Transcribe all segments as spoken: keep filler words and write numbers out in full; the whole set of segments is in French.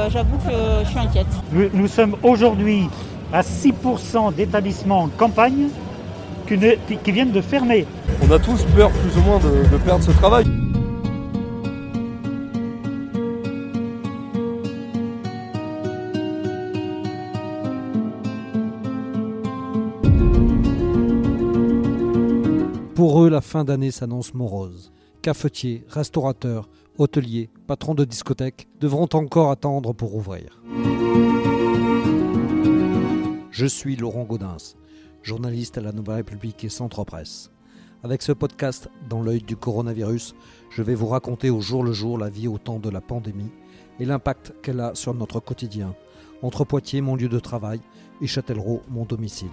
euh, j'avoue que je suis inquiète. Nous, nous sommes aujourd'hui à six pour cent d'établissements en campagne qui, ne, qui viennent de fermer. On a tous peur plus ou moins de, de perdre ce travail. Pour eux, la fin d'année s'annonce morose. Cafetiers, restaurateurs, hôteliers, patrons de discothèques devront encore attendre pour ouvrir. Je suis Laurent Gaudens, journaliste à la Nouvelle République et Centre Presse. Avec ce podcast, dans l'œil du coronavirus, je vais vous raconter au jour le jour la vie au temps de la pandémie et l'impact qu'elle a sur notre quotidien, entre Poitiers, mon lieu de travail, et Châtellerault, mon domicile.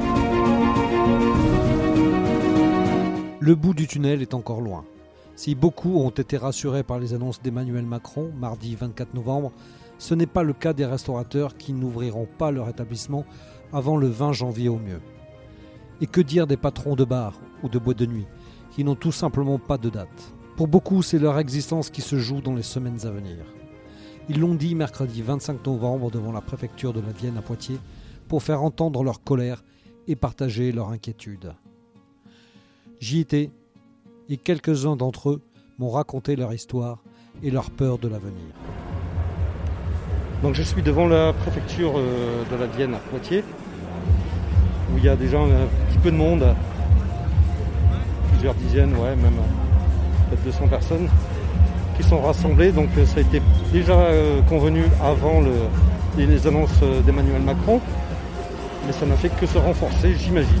Le bout du tunnel est encore loin. Si beaucoup ont été rassurés par les annonces d'Emmanuel Macron, mardi vingt-quatre novembre, ce n'est pas le cas des restaurateurs qui n'ouvriront pas leur établissement avant le vingt janvier au mieux. Et que dire des patrons de bars ou de boîtes de nuit, qui n'ont tout simplement pas de date. Pour beaucoup, c'est leur existence qui se joue dans les semaines à venir. Ils l'ont dit mercredi vingt-cinq novembre devant la préfecture de la Vienne à Poitiers pour faire entendre leur colère et partager leur inquiétude. J'y étais, et quelques-uns d'entre eux m'ont raconté leur histoire et leur peur de l'avenir. Donc je suis devant la préfecture de la Vienne à Poitiers, où il y a déjà un petit peu de monde, plusieurs dizaines, ouais, même peut-être deux cents personnes qui sont rassemblées. Donc ça a été déjà convenu avant le, les annonces d'Emmanuel Macron, mais ça n'a fait que se renforcer, j'imagine.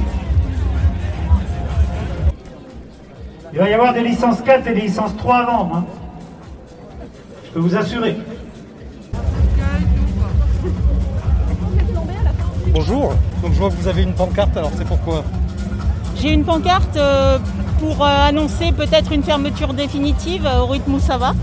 Il va y avoir des licences quatre et des licences trois à vendre. Hein. Je peux vous assurer. Bonjour, donc je vois que vous avez une pancarte, alors c'est pourquoi ? J'ai une pancarte euh, pour euh, annoncer peut-être une fermeture définitive euh, au rythme où ça va.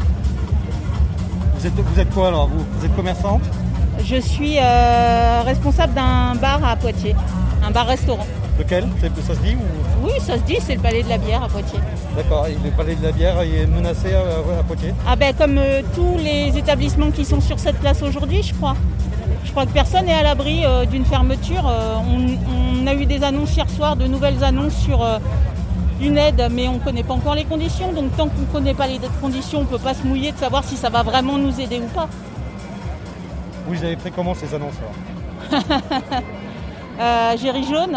Vous êtes, vous êtes quoi alors vous, vous êtes commerçante ? Je suis euh, responsable d'un bar à Poitiers, un bar-restaurant. Lequel ? Ça se dit ou... Oui, ça se dit, c'est le Palais de la Bière à Poitiers. D'accord, et le Palais de la Bière est menacé à, à Poitiers ? Ah ben comme euh, tous les établissements qui sont sur cette place aujourd'hui, je crois. Je crois que personne n'est à l'abri euh, d'une fermeture. Euh, on, on a eu des annonces hier soir, de nouvelles annonces sur euh, une aide, mais on ne connaît pas encore les conditions. Donc tant qu'on ne connaît pas les conditions, on ne peut pas se mouiller de savoir si ça va vraiment nous aider ou pas. Vous avez pris comment ces annonces alors ? euh, J'ai ri jaune.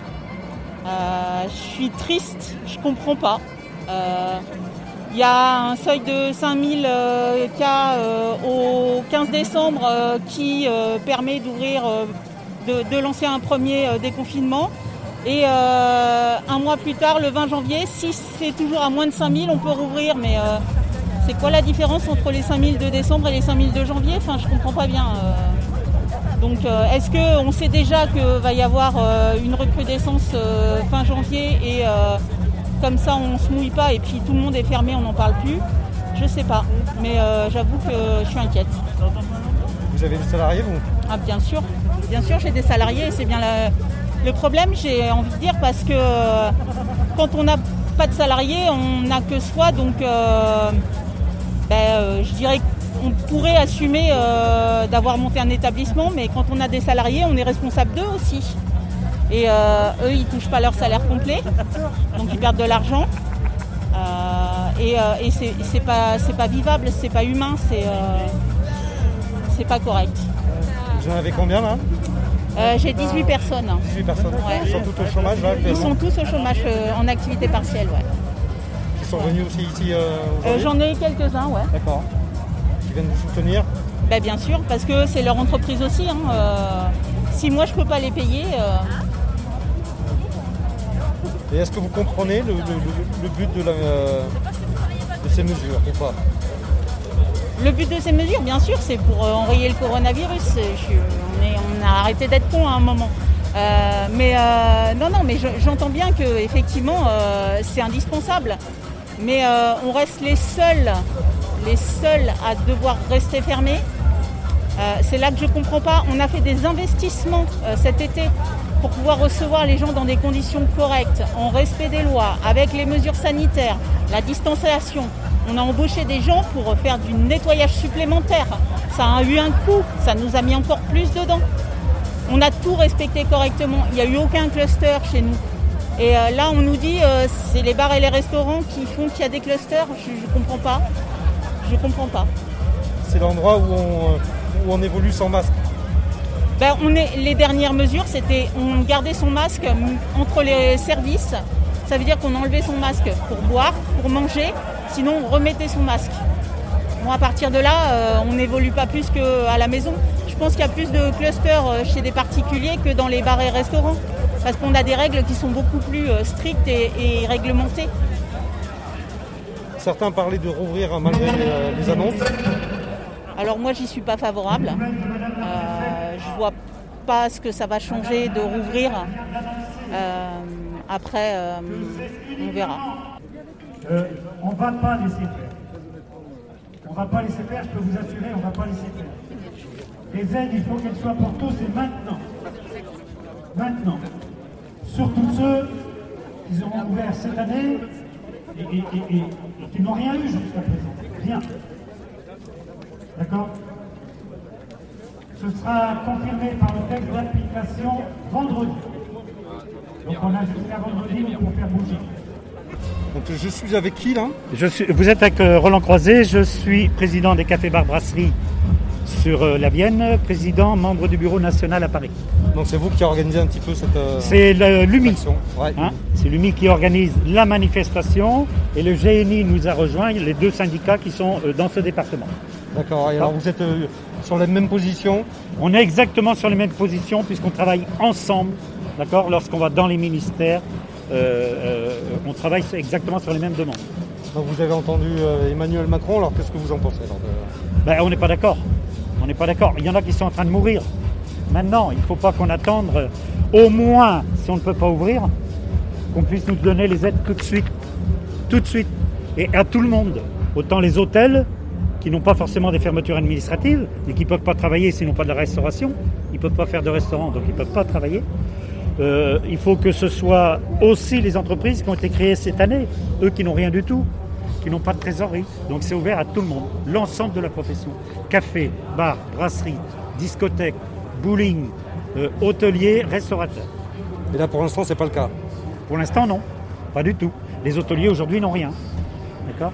Euh, je suis triste, je comprends pas. Il euh, y a un seuil de cinq mille euh, cas euh, au quinze décembre euh, qui euh, permet d'ouvrir, euh, de, de lancer un premier euh, déconfinement. Et euh, un mois plus tard, le vingt janvier, si c'est toujours à moins de cinq mille, on peut rouvrir. Mais euh, c'est quoi la différence entre les cinq mille de décembre et les cinq mille de janvier ? Enfin, je comprends pas bien. Euh. Donc euh, est-ce qu'on sait déjà qu'il va y avoir euh, une recrudescence euh, fin janvier et euh, comme ça on ne se mouille pas et puis tout le monde est fermé, on n'en parle plus ? Je sais pas, mais euh, j'avoue que je suis inquiète. Vous avez des salariés vous ? Ah bien sûr, bien sûr j'ai des salariés et c'est bien la... le problème, j'ai envie de dire, parce que euh, quand on n'a pas de salariés, on n'a que soi, donc euh, ben, euh, je dirais que on pourrait assumer euh, d'avoir monté un établissement, mais quand on a des salariés, on est responsable d'eux aussi. Et euh, eux, ils ne touchent pas leur salaire complet, donc ils perdent de l'argent. Euh, et euh, et c'est, c'est pas, c'est pas vivable, c'est pas humain, c'est, euh, c'est pas correct. Vous en avez combien là ? euh, J'ai dix-huit personnes. dix-huit personnes. Ouais. Ils sont tous au chômage là ? Ils sont tous au chômage euh, en activité partielle, ouais. Ils sont venus aussi ici euh, euh, J'en ai quelques-uns, ouais. D'accord. Qui viennent vous soutenir ? Ben, bien sûr, parce que c'est leur entreprise aussi. Hein. Euh, si moi je ne peux pas les payer... Euh... Et est-ce que vous comprenez le, le, le, le but de, la, euh, de ces mesures ou pas ? Le but de ces mesures, bien sûr, c'est pour euh, enrayer le coronavirus. Je, on, est, on a arrêté d'être cons à un moment. Euh, mais euh, non, non, mais je, j'entends bien qu'effectivement, euh, c'est indispensable. Mais euh, on reste les seuls... les seuls à devoir rester fermés. Euh, c'est là que je ne comprends pas. On a fait des investissements euh, cet été pour pouvoir recevoir les gens dans des conditions correctes, en respect des lois, avec les mesures sanitaires, la distanciation. On a embauché des gens pour faire du nettoyage supplémentaire. Ça a eu un coût, ça nous a mis encore plus dedans. On a tout respecté correctement, il n'y a eu aucun cluster chez nous. Et euh, là, on nous dit euh, c'est les bars et les restaurants qui font qu'il y a des clusters. Je ne comprends pas. Je comprends pas. C'est l'endroit où on, où on évolue sans masque. Ben, on est, les dernières mesures, c'était on gardait son masque entre les services. Ça veut dire qu'on enlevait son masque pour boire, pour manger. Sinon, on remettait son masque. Bon, à partir de là, euh, on n'évolue pas plus qu'à la maison. Je pense qu'il y a plus de clusters chez des particuliers que dans les bars et restaurants. Parce qu'on a des règles qui sont beaucoup plus strictes et, et réglementées. Certains parlaient de rouvrir malgré les, les annonces. Alors moi, j'y suis pas favorable. Euh, je vois pas ce que ça va changer de rouvrir. Euh, après, euh, on verra. Euh, on ne va pas laisser faire. On ne va pas laisser faire, je peux vous assurer, on ne va pas laisser faire. Les aides, il faut qu'elles soient pour tous et maintenant. Maintenant. Surtout ceux qui auront ouvert cette année et, et, et, et, et qui n'ont rien eu jusqu'à présent. Rien. D'accord? Ce sera confirmé par le texte d'application vendredi. Donc on a jusqu'à vendredi pour faire bouger. Donc je suis avec qui là? Je suis, vous êtes avec euh, Roland Croiset, je suis président des cafés bars brasseries sur euh, la Vienne, président, membre du bureau national à Paris. Donc c'est vous qui organisez un petit peu cette euh, C'est l'U M I, ouais. hein, c'est l'U M I qui organise la manifestation et le G N I nous a rejoint, les deux syndicats qui sont euh, dans ce département. D'accord, et alors vous êtes euh, sur la même position? On est exactement sur les mêmes positions puisqu'on travaille ensemble, d'accord, lorsqu'on va dans les ministères. Euh, euh, on travaille exactement sur les mêmes demandes. Donc vous avez entendu euh, Emmanuel Macron, alors qu'est-ce que vous en pensez alors, de... ben, On n'est pas d'accord. On n'est pas d'accord. Il y en a qui sont en train de mourir. Maintenant, il ne faut pas qu'on attende, euh, au moins, si on ne peut pas ouvrir, qu'on puisse nous donner les aides tout de suite. Tout de suite. Et à tout le monde. Autant les hôtels, qui n'ont pas forcément des fermetures administratives, et qui ne peuvent pas travailler s'ils n'ont pas de la restauration. Ils ne peuvent pas faire de restaurant, donc ils ne peuvent pas travailler. Euh, il faut que ce soit aussi les entreprises qui ont été créées cette année, eux qui n'ont rien du tout, qui n'ont pas de trésorerie. Donc c'est ouvert à tout le monde, l'ensemble de la profession. Café, bar, brasserie, discothèque, bowling, euh, hôtelier, restaurateur. Et là pour l'instant c'est pas le cas? Pour l'instant non, pas du tout. Les hôteliers aujourd'hui n'ont rien. D'accord ?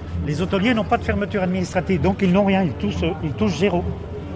Les hôteliers n'ont pas de fermeture administrative, donc ils n'ont rien, ils touchent, ils touchent zéro. D'accord ?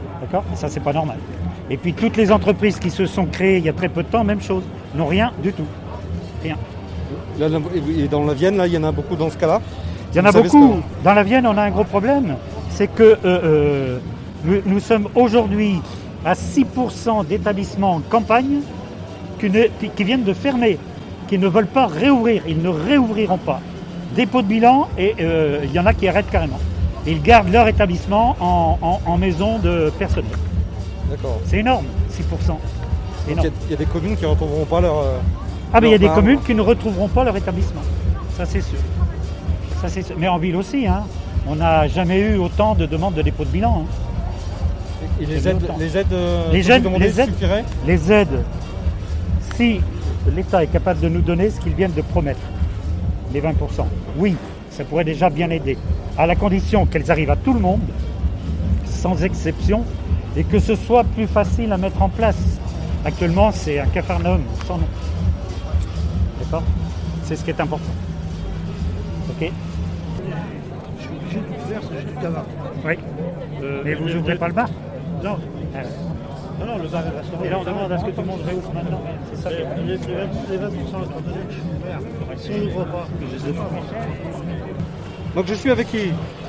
Et ça c'est pas normal. Et puis toutes les entreprises qui se sont créées il y a très peu de temps, même chose, n'ont rien du tout. Rien. Là, et dans la Vienne, là, il y en a beaucoup dans ce cas-là? Il y en a beaucoup. Dans la Vienne, on a un gros problème. C'est que euh, euh, nous, nous sommes aujourd'hui à six pour cent d'établissements en campagne qui, ne, qui, qui viennent de fermer, qui ne veulent pas réouvrir. Ils ne réouvriront pas. Dépôt de bilan, et euh, il y en a qui arrêtent carrément. Ils gardent leur établissement en, en, en maison de personnel. D'accord. C'est énorme, six pour cent. Il y, y a des communes qui ne retrouveront pas leur... Euh, ah mais il y a des bar. communes qui ne retrouveront pas leur établissement. Ça c'est sûr. Ça, c'est sûr. Mais en ville aussi, hein. On n'a jamais eu autant de demandes de dépôt de bilan. Hein. Et, et les, aides, les aides, euh, les, aides, les, aides suffiraient les aides, si l'État est capable de nous donner ce qu'ils viennent de promettre, les vingt pour cent, oui, ça pourrait déjà bien aider. À la condition qu'elles arrivent à tout le monde, sans exception, et que ce soit plus facile à mettre en place. Actuellement, c'est un capharnaüm sans nom. D'accord ? C'est ce qui est important. Ok ? Je suis obligé de tout faire, c'est juste du tabac. Oui. Euh, mais vous n'ouvrez pas le bar ? Non. Ah. Non, non, le bar est restaurant. Et là, on demande à ce que tout le monde réouvre maintenant. C'est ça. Les, les, les vingt pour cent étant donné que je suis ouvert. Si on n'ouvre pas, que je les ai pas. Donc je suis avec qui ?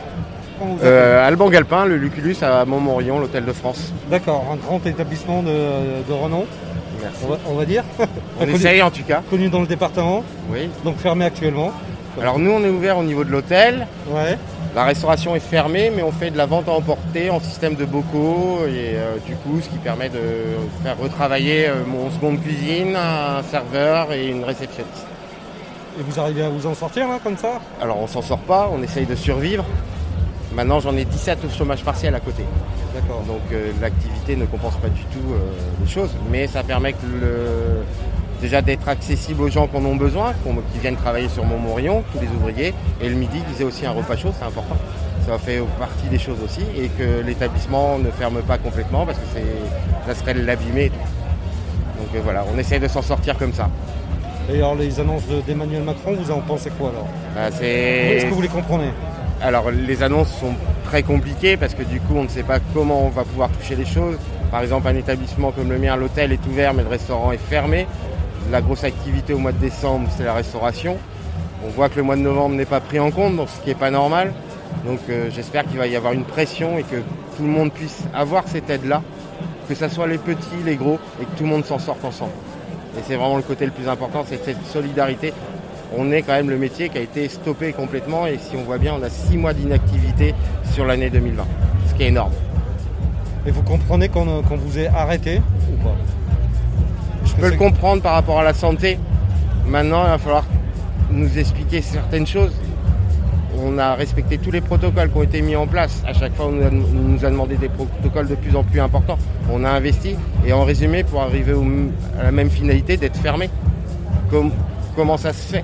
Euh, Alban Galpin, le Lucullus à Montmorillon, l'Hôtel de France. D'accord, un grand établissement de, de renom. Merci. On va, on va dire. On essaye en tout cas. Connu dans le département. Oui. Donc fermé actuellement. Alors nous on est ouvert au niveau de l'hôtel. Ouais. La restauration est fermée, mais on fait de la vente à emporter en système de bocaux et euh, du coup ce qui permet de faire retravailler euh, mon seconde cuisine, un serveur et une réceptionniste. Et vous arrivez à vous en sortir là comme ça ? Alors on s'en sort pas, on essaye de survivre. Maintenant j'en ai dix-sept au chômage partiel à côté. D'accord. Donc euh, l'activité ne compense pas du tout euh, les choses, mais ça permet que le, déjà d'être accessible aux gens qui en ont besoin, qui viennent travailler sur Montmorillon, tous les ouvriers, et le midi qu'ils aient aussi un repas chaud, c'est important. Ça fait partie des choses aussi, et que l'établissement ne ferme pas complètement parce que c'est, ça serait l'abîmer. Donc euh, voilà, on essaie de s'en sortir comme ça. Et alors les annonces d'Emmanuel Macron, vous en pensez quoi alors? Bah, c'est... Est-ce que vous les comprenez? Alors les annonces sont très compliquées parce que du coup on ne sait pas comment on va pouvoir toucher les choses. Par exemple, un établissement comme le mien, l'hôtel est ouvert mais le restaurant est fermé. La grosse activité au mois de décembre, c'est la restauration. On voit que le mois de novembre n'est pas pris en compte, donc ce qui n'est pas normal. Donc euh, j'espère qu'il va y avoir une pression et que tout le monde puisse avoir cette aide-là, que ce soit les petits, les gros, et que tout le monde s'en sorte ensemble. Et c'est vraiment le côté le plus important, c'est cette solidarité. On est quand même le métier qui a été stoppé complètement, et si on voit bien, on a six mois d'inactivité sur l'année deux mille vingt, ce qui est énorme. Et vous comprenez qu'on, qu'on vous ait arrêté ou pas? Je peux le comprendre par rapport à la santé. Maintenant, il va falloir nous expliquer certaines choses. On a respecté tous les protocoles qui ont été mis en place. À chaque fois, on nous a, on nous a demandé des protocoles de plus en plus importants. On a investi. Et en résumé, pour arriver au, à la même finalité d'être fermé, comme, comment ça se fait?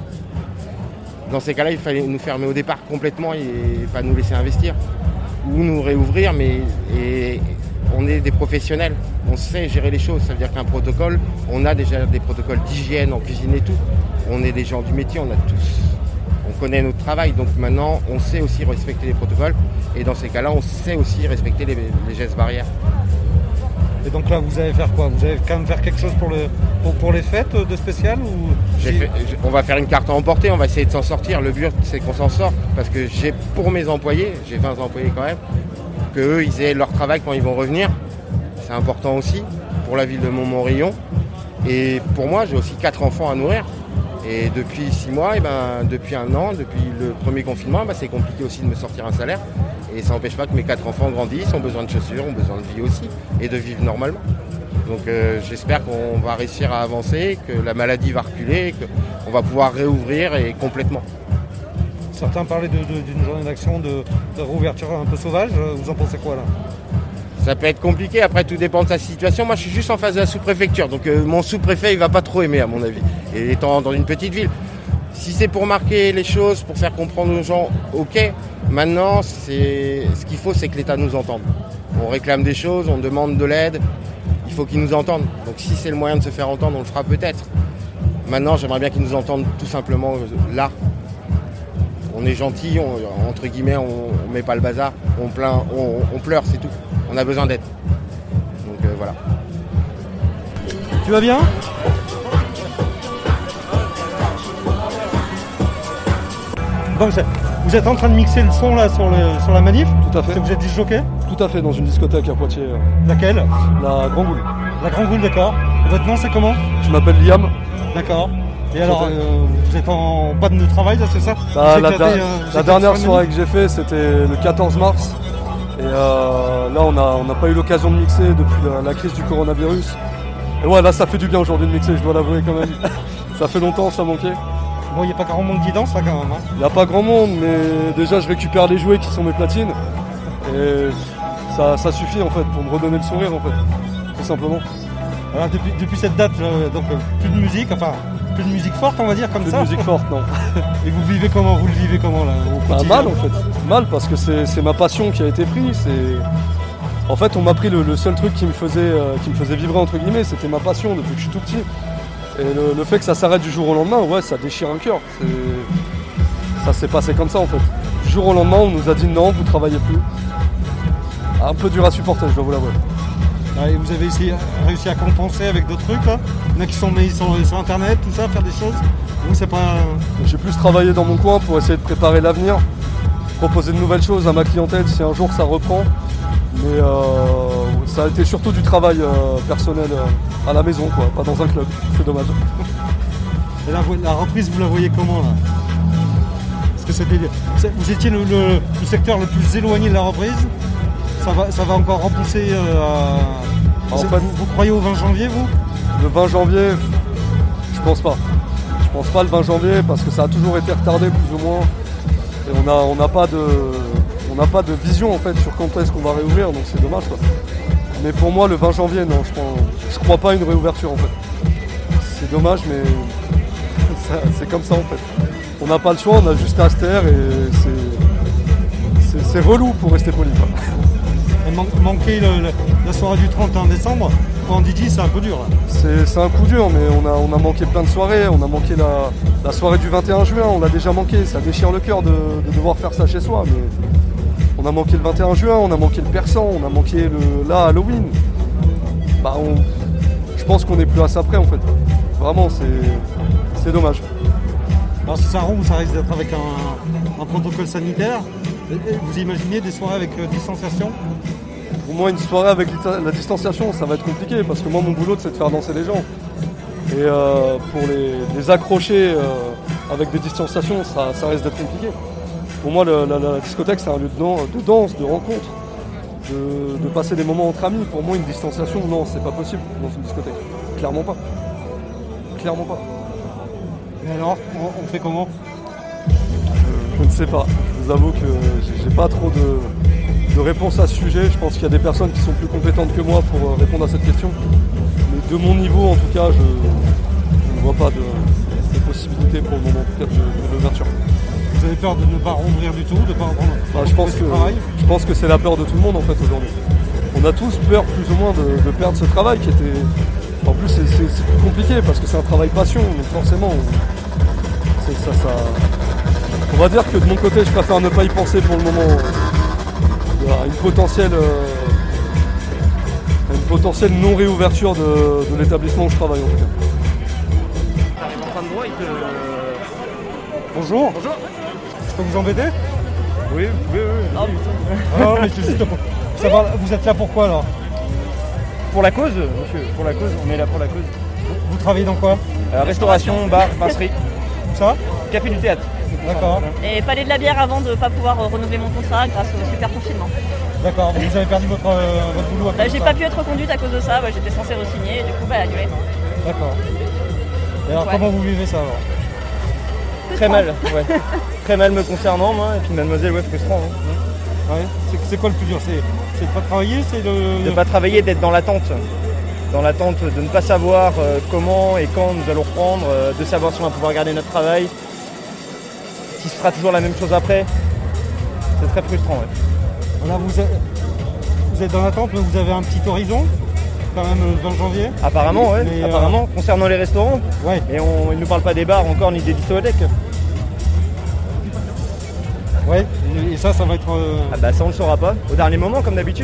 Dans ces cas-là, il fallait nous fermer au départ complètement et pas nous laisser investir. Ou nous réouvrir, mais et, on est des professionnels. On sait gérer les choses. Ça veut dire qu'un protocole, on a déjà des protocoles d'hygiène en cuisine et tout. On est des gens du métier, on a tous... On connaît notre travail, donc maintenant on sait aussi respecter les protocoles, et dans ces cas-là on sait aussi respecter les, les gestes barrières. Et donc là vous allez faire quoi? Vous allez quand même faire quelque chose pour, le, pour, pour les fêtes de spécial ou... J'ai fait, on va faire une carte à emporter, on va essayer de s'en sortir. Le but c'est qu'on s'en sort, parce que j'ai pour mes employés, j'ai vingt employés quand même, qu'eux ils aient leur travail quand ils vont revenir. C'est important aussi pour la ville de Montmorillon, et pour moi j'ai aussi quatre enfants à nourrir. Et depuis six mois, et ben, depuis un an, depuis le premier confinement, ben, c'est compliqué aussi de me sortir un salaire. Et ça n'empêche pas que mes quatre enfants grandissent, ont besoin de chaussures, ont besoin de vie aussi, et de vivre normalement. Donc euh, j'espère qu'on va réussir à avancer, que la maladie va reculer, qu'on va pouvoir réouvrir et complètement. Certains parlaient de, de, d'une journée d'action, de, de réouverture un peu sauvage. Vous en pensez quoi là? Ça peut être compliqué, après tout dépend de sa situation. Moi je suis juste en face de la sous-préfecture, donc euh, mon sous-préfet il va pas trop aimer à mon avis. Et étant dans une petite ville, si c'est pour marquer les choses, pour faire comprendre aux gens, ok. Maintenant, c'est... ce qu'il faut c'est que l'État nous entende. On réclame des choses, on demande de l'aide, il faut qu'ils nous entendent. Donc si c'est le moyen de se faire entendre, on le fera peut-être. Maintenant j'aimerais bien qu'ils nous entendent tout simplement là. On est gentil, on, entre guillemets, on, on met pas le bazar, on, plaint, on, on pleure, c'est tout. On a besoin d'aide. Donc euh, voilà. Tu vas bien? Bon, vous êtes en train de mixer le son là sur, le, sur la manif? Tout à fait. Vous êtes disjockey? Tout à fait, dans une discothèque à Poitiers. Laquelle? La Grand Goule. La Grand Goule, d'accord. Votre nom c'est comment? Je m'appelle Liam. D'accord. Et alors, euh, vous êtes en panne de travail là, c'est ça? Bah, la, éclaté, da- euh, la dernière soirée que j'ai fait, c'était le quatorze mars. Et euh, là, on n'a on a pas eu l'occasion de mixer depuis la, la crise du coronavirus. Et ouais, là, ça fait du bien aujourd'hui de mixer, je dois l'avouer quand même. Ça fait longtemps, ça manquait. Bon, il n'y a pas grand monde qui danse là quand même. Il hein. n'y a pas grand monde, mais déjà, je récupère les jouets qui sont mes platines. Et ça, ça suffit en fait pour me redonner le sourire en fait, tout simplement. Alors, depuis, depuis cette date, euh, donc euh, plus de musique, enfin plus de musique forte, on va dire comme plus ça. De musique forte, non. Et vous vivez comment? Vous le vivez comment là au bah, quotidien? Mal en fait, mal parce que c'est, c'est ma passion qui a été prise. C'est... En fait, on m'a pris le, le seul truc qui me faisait, euh, qui me faisait vibrer entre guillemets, c'était ma passion depuis que je suis tout petit. Et le, le fait que ça s'arrête du jour au lendemain, ouais, ça déchire un cœur. C'est... Ça s'est passé comme ça en fait. Du jour au lendemain, on nous a dit non, vous travaillez plus. Un peu dur à supporter, je dois vous l'avouer. Ah, et vous avez essayé, réussi à compenser avec d'autres trucs là? Il y en a qui sont mis sur, sur internet, tout ça, faire des choses? Vous, c'est pas... J'ai plus travaillé dans mon coin pour essayer de préparer l'avenir, proposer de nouvelles choses à ma clientèle si un jour ça reprend. Mais euh, ça a été surtout du travail euh, personnel euh, à la maison, quoi, pas dans un club. C'est dommage. Et la, la reprise, vous la voyez comment là? Parce que c'était, vous étiez le, le, le secteur le plus éloigné de la reprise. Ça va, ça va encore repousser euh, à... En fait, vous, vous croyez au vingt janvier, vous? Le vingt janvier, je pense pas. Je pense pas le vingt janvier parce que ça a toujours été retardé plus ou moins. Et on n'a on n'a pas de... On n'a pas de vision en fait sur quand est-ce qu'on va réouvrir, donc c'est dommage quoi. Mais pour moi le vingt janvier, non, je ne crois pas à une réouverture en fait. C'est c'est dommage, mais ça, c'est comme ça en fait. On n'a pas le choix, on a juste à se taire et c'est, c'est, c'est relou pour rester poli. Quoi. Et man- manquer le, le, la soirée du trente et un décembre, pour un D J, c'est un peu dur. Là. C'est, c'est un coup dur, mais on a, on a manqué plein de soirées. On a manqué la, la soirée du vingt et un juin, on l'a déjà manqué. Ça déchire le cœur de, de devoir faire ça chez soi. Mais on a manqué le vingt et un juin, on a manqué le persan, on a manqué le, là, Halloween. Bah, on, je pense qu'on n'est plus à ça près en fait. Vraiment, c'est, c'est dommage. Alors si ça roule, ça risque d'être avec un, un protocole sanitaire. Et, et vous imaginez des soirées avec euh, distanciation? Pour moi, une soirée avec la distanciation, ça va être compliqué parce que moi, mon boulot, c'est de faire danser les gens. Et euh, pour les, les accrocher euh, avec des distanciations, ça, ça risque d'être compliqué. Pour moi, le, la, la discothèque, c'est un lieu de, dan- de danse, de rencontre, de, de passer des moments entre amis. Pour moi, une distanciation, non, c'est pas possible dans une discothèque. Clairement pas. Clairement pas. Et alors, on, on fait comment? Je ne sais pas. Je vous avoue que j'ai, j'ai pas trop de, de réponse à ce sujet. Je pense qu'il y a des personnes qui sont plus compétentes que moi pour répondre à cette question. Mais de mon niveau, en tout cas, je, je ne vois pas de, de possibilité pour le moment, en tout cas, de, de l'ouverture. Vous avez peur de ne pas rouvrir du tout, de ne pas reprendre Bah, je, pense que, travail je pense que c'est la peur de tout le monde en fait aujourd'hui. On a tous peur plus ou moins de, de perdre ce travail qui était... En plus c'est, c'est, c'est plus compliqué parce que c'est un travail passion, donc forcément on... c'est ça, ça... On va dire que de mon côté je préfère ne pas y penser pour le moment. Il y a une potentielle, euh... une potentielle non-réouverture de, de l'établissement où je travaille en tout cas. T'arrives en fin de droit, il te... Bonjour. Bonjour. Je peux vous embêter? Oui, oui, oui. Ah, non, mais c'est juste pour savoir, vous êtes là pourquoi alors? Pour la cause, monsieur, pour la cause, on est là pour la cause. Vous travaillez dans quoi? Euh, restauration, bar, brasserie. Où ça? Café du théâtre. D'accord. Et palais de la bière avant de ne pas pouvoir euh, renouveler mon contrat grâce au super confinement. D'accord, vous avez perdu votre, euh, votre boulot à cause Bah, de j'ai ça. pas pu être reconduite à cause de ça, bah, j'étais censée re-signer et du coup bah annulé. D'accord. Et alors Ouais. comment vous vivez ça alors? Très mal, ouais. Très mal me concernant, moi, et puis mademoiselle, ouais, frustrant. Hein. Ouais. C'est, c'est quoi le plus dur? C'est, c'est de pas travailler, c'est de... De ne pas travailler, d'être dans l'attente. Dans l'attente de ne pas savoir euh, comment et quand nous allons reprendre, euh, de savoir si on va pouvoir garder notre travail, si ce sera toujours la même chose après. C'est très frustrant, ouais. Voilà, vous êtes, vous êtes dans l'attente, mais vous avez un petit horizon, quand même le vingt janvier. Apparemment, ouais, Mais, euh, apparemment, concernant les restaurants. Ouais. Et on, ils ne nous parlent pas des bars encore, ni des discothèques. Ouais, et, et ça, ça va être... euh, Ah bah ça on le saura pas, au dernier moment comme d'habitude.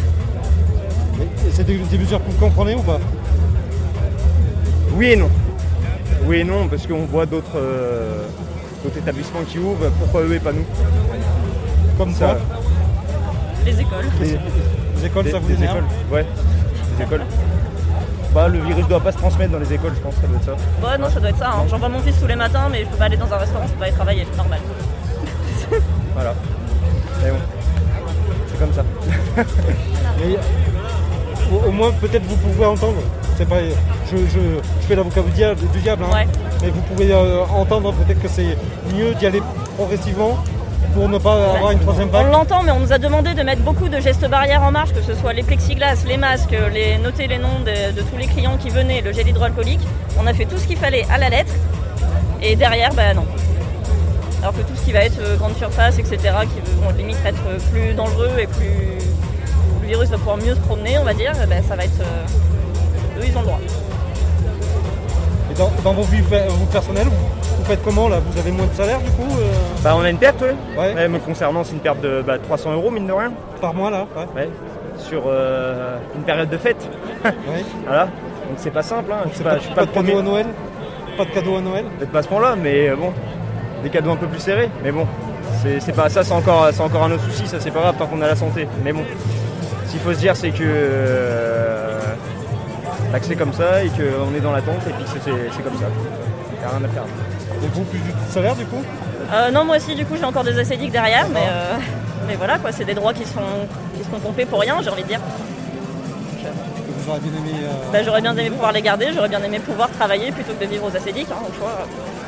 et c'est des, des mesures que vous comprenez ou pas? Oui et non. Oui et non, parce qu'on voit d'autres euh, d'autres établissements qui ouvrent, pourquoi eux et pas nous? Comme Ça- quoi? Les écoles. Les, les écoles, Des- ça vous des énerve? écoles. Ouais, les écoles. Bah le virus doit pas se transmettre dans les écoles, je pense, ça doit être ça. Ouais non ça doit être ça, hein. J'envoie mon fils tous les matins mais je peux pas aller dans un restaurant, je peux pas aller travailler, c'est normal. Voilà. Mais bon, c'est comme ça. Mais, au, au moins, peut-être vous pouvez entendre. C'est pas, je, je, je fais l'avocat du diable, du diable hein. Ouais. Mais vous pouvez euh, entendre peut-être que c'est mieux d'y aller progressivement pour ne pas Ouais. avoir une troisième On vague. l'entend mais on nous a demandé de mettre beaucoup de gestes barrières en marche, que ce soit les plexiglas, les masques, les noter les noms de, de tous les clients qui venaient, le gel hydroalcoolique. On a fait tout ce qu'il fallait à la lettre et derrière bah non. Alors que tout ce qui va être euh, grande surface, et cetera, qui vont limite être euh, plus dangereux et plus où le virus va pouvoir mieux se promener, on va dire, eh ben, ça va être... euh, eux, ils ont le droit. Et dans, dans vos vies pe- vous personnelles, vous, vous faites comment là? Vous avez moins de salaire du coup euh, Bah on a une perte, ouais. Ouais. Ouais, me concernant, c'est une perte de bah, trois cents euros, mine de rien. par mois là? Ouais. Ouais. Sur euh, une période de fête. Ouais. Voilà. Donc c'est pas simple, hein. Je suis Pas, pas, je suis pas pas de le cadeau premier. à Noël? Pas de cadeau à Noël? Peut-être pas à ce point-là, mais euh, bon, des cadeaux un peu plus serrés. Mais bon, c'est, c'est pas ça, c'est encore, c'est encore un autre souci. Ça, c'est pas grave tant qu'on a la santé. Mais bon, ce qu'il faut se dire, c'est que euh, bah, que c'est comme ça et qu'on est dans l'attente et puis que c'est, c'est, c'est comme ça. Y a rien à faire. Et vous, plus du tout de salaire du coup? Euh, non, moi aussi, du coup, j'ai encore des acédiques derrière, mais, euh, mais voilà, quoi, c'est des droits qui sont, qui sont pompés pour rien, j'ai envie de dire. Vous auriez bien aimé. euh, Bah, j'aurais bien aimé pouvoir les garder, j'aurais bien aimé pouvoir travailler plutôt que de vivre aux acédiques, hein, au choix.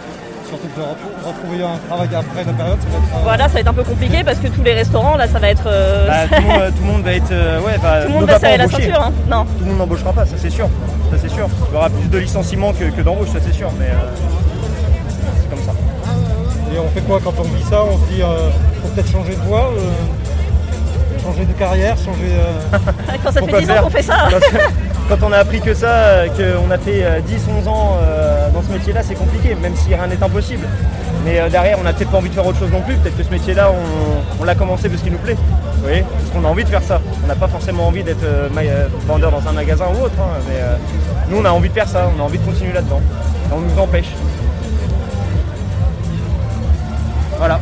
surtout que de retrouver un travail après la période, ça va être... Euh... Voilà, ça va être un peu compliqué parce que tous les restaurants, là, ça va être... Euh... Bah, tout, le monde, tout le monde va être... Euh, ouais, bah, tout le monde va serrer la ceinture, hein. Non. Tout le monde n'embauchera pas, ça c'est sûr. Ça c'est sûr. Il y aura plus de licenciements que, que d'embauches, ça c'est sûr, mais euh, c'est comme ça. Et on fait quoi quand on vit ça? On se dit, euh, faut peut-être changer de voie, euh, changer de carrière, changer... Euh... quand ça fait dix ans qu'on fait ça. Quand on a appris que ça, qu'on a fait dix onze ans euh, dans ce métier-là, c'est compliqué, même si rien n'est impossible. Mais euh, derrière, on n'a peut-être pas envie de faire autre chose non plus. Peut-être que ce métier-là, on, on l'a commencé parce qu'il nous plaît. Vous voyez, parce qu'on a envie de faire ça. On n'a pas forcément envie d'être euh, vendeur dans un magasin ou autre. Hein, mais euh, nous, on a envie de faire ça. On a envie de continuer là-dedans. Et on nous empêche. Voilà.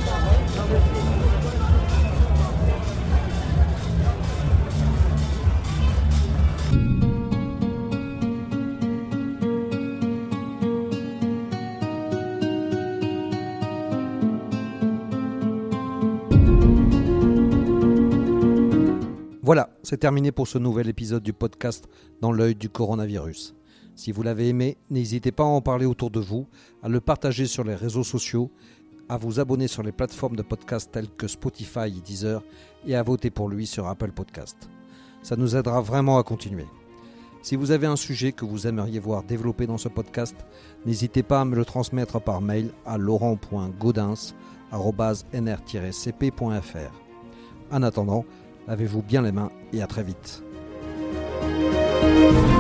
Voilà, c'est terminé pour ce nouvel épisode du podcast Dans l'œil du coronavirus. Si vous l'avez aimé, n'hésitez pas à en parler autour de vous, à le partager sur les réseaux sociaux, à vous abonner sur les plateformes de podcast telles que Spotify et Deezer et à voter pour lui sur Apple Podcast. Ça nous aidera vraiment à continuer. Si vous avez un sujet que vous aimeriez voir développé dans ce podcast, n'hésitez pas à me le transmettre par mail à laurent point gaudens arobase n r tiret c p point f r. En attendant, lavez-vous bien les mains et à très vite.